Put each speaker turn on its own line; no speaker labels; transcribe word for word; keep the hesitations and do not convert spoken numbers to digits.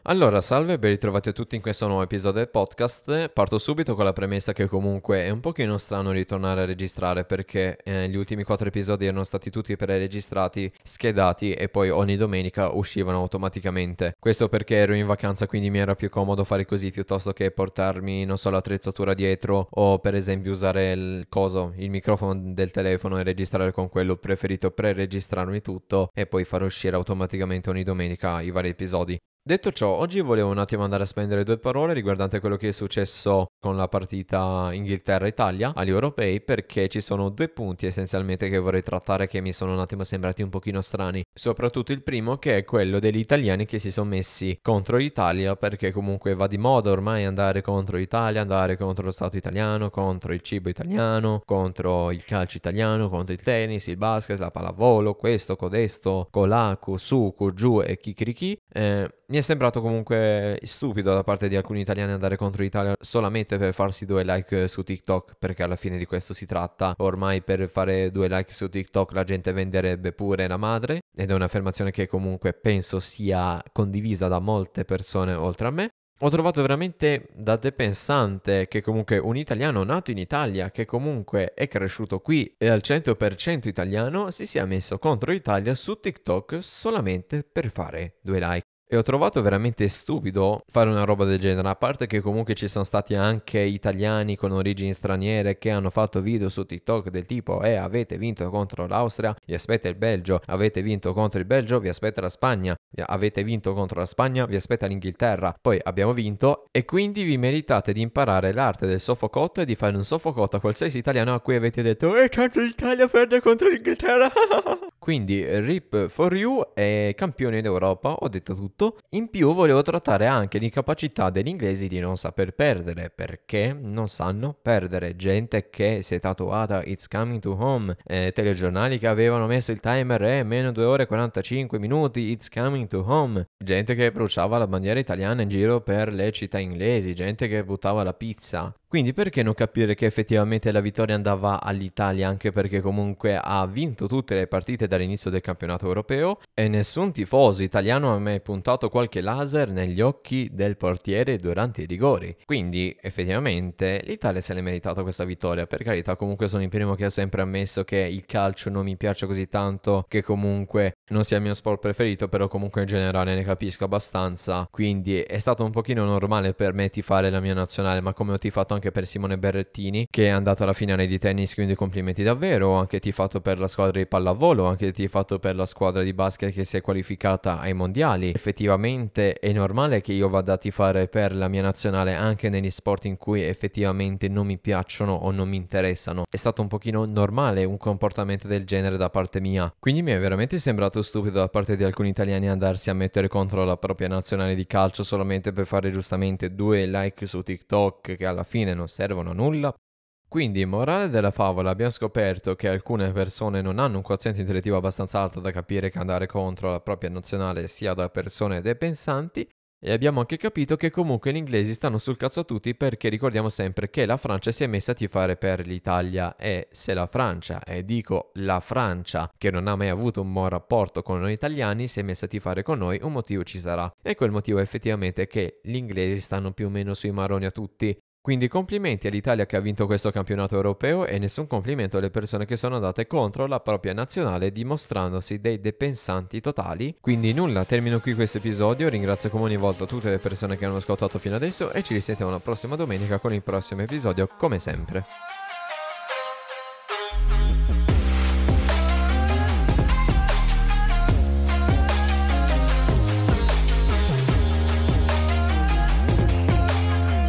Allora, salve e ben ritrovati a tutti in questo nuovo episodio del podcast. Parto subito con la premessa che comunque è un pochino strano ritornare a registrare perché eh, gli ultimi quattro episodi erano stati tutti preregistrati, schedati e poi ogni domenica uscivano automaticamente. Questo perché ero in vacanza, quindi mi era più comodo fare così piuttosto che portarmi, non so, l'attrezzatura dietro o per esempio usare il coso, il microfono del telefono e registrare con quello. Ho preferito pre-registrarmi tutto e poi far uscire automaticamente ogni domenica i vari episodi. Detto ciò, oggi volevo un attimo andare a spendere due parole riguardante quello che è successo con la partita Inghilterra-Italia agli europei, perché ci sono due punti essenzialmente che vorrei trattare che mi sono un attimo sembrati un pochino strani. Soprattutto il primo, che è quello degli italiani che si sono messi contro l'Italia, perché comunque va di moda ormai andare contro l'Italia, andare contro lo Stato italiano, contro il cibo italiano, contro il calcio italiano, contro il tennis, il basket, la pallavolo, questo, codesto, colacu, su, giù e chicchirichì. Eh, mi è sembrato comunque stupido da parte di alcuni italiani andare contro l'Italia solamente per farsi due like su TikTok, perché alla fine di questo si tratta. Ormai per fare due like su TikTok la gente venderebbe pure la madre, ed è un'affermazione che comunque penso sia condivisa da molte persone oltre a me. Ho trovato veramente da depensante che comunque un italiano nato in Italia, che comunque è cresciuto qui e al cento per cento italiano, si sia messo contro l'Italia su TikTok solamente per fare due like. E ho trovato veramente stupido fare una roba del genere, a parte che comunque ci sono stati anche italiani con origini straniere che hanno fatto video su TikTok del tipo eh avete vinto contro l'Austria, vi aspetta il Belgio, avete vinto contro il Belgio, vi aspetta la Spagna, avete vinto contro la Spagna, vi aspetta l'Inghilterra, poi abbiamo vinto e quindi vi meritate di imparare l'arte del soffocotto e di fare un soffocotto a qualsiasi italiano a cui avete detto eh tanto l'Italia perde contro l'Inghilterra. Quindi rip for you e campioni d'Europa, ho detto tutto. In più volevo trattare anche l'incapacità degli inglesi di non saper perdere, perché non sanno perdere. Gente che si è tatuata It's coming to home, eh, telegiornali che avevano messo il timer e eh, meno due ore e quarantacinque minuti, It's coming to home. Gente che bruciava la bandiera italiana in giro per le città inglesi, gente che buttava la pizza. Quindi perché non capire che effettivamente la vittoria andava all'Italia, anche perché comunque ha vinto tutte le partite dall'inizio del campionato europeo e nessun tifoso italiano ha mai puntato qualche laser negli occhi del portiere durante i rigori. Quindi effettivamente l'Italia se l'è meritato questa vittoria. Per carità, comunque sono il primo che ha sempre ammesso che il calcio non mi piace così tanto, che comunque non sia il mio sport preferito, però comunque in generale ne capisco abbastanza. Quindi è stato un pochino normale per me tifare la mia nazionale, ma come ho tifato anche per Simone Berrettini, che è andato alla finale di tennis, quindi complimenti davvero. Ho anche tifato per la squadra di pallavolo, ho anche tifato per la squadra di basket che si è qualificata ai mondiali. Effettivamente è normale che io vada a tifare per la mia nazionale anche negli sport in cui effettivamente non mi piacciono o non mi interessano. È stato un pochino normale un comportamento del genere da parte mia, quindi mi è veramente sembrato stupido da parte di alcuni italiani andarsi a mettere contro la propria nazionale di calcio solamente per fare giustamente due like su TikTok che alla fine non servono a nulla. Quindi, morale della favola, abbiamo scoperto che alcune persone non hanno un quoziente intellettivo abbastanza alto da capire che andare contro la propria nazionale sia da persone depensanti. E abbiamo anche capito che comunque gli inglesi stanno sul cazzo a tutti, perché ricordiamo sempre che la Francia si è messa a tifare per l'Italia, e se la Francia, e dico la Francia, che non ha mai avuto un buon rapporto con noi italiani, si è messa a tifare con noi, un motivo ci sarà. E quel motivo è effettivamente che gli inglesi stanno più o meno sui marroni a tutti. Quindi complimenti all'Italia che ha vinto questo campionato europeo e nessun complimento alle persone che sono andate contro la propria nazionale dimostrandosi dei depensanti totali. Quindi nulla, termino qui questo episodio, ringrazio come ogni volta tutte le persone che hanno ascoltato fino adesso e ci risentiamo la prossima domenica con il prossimo episodio come sempre.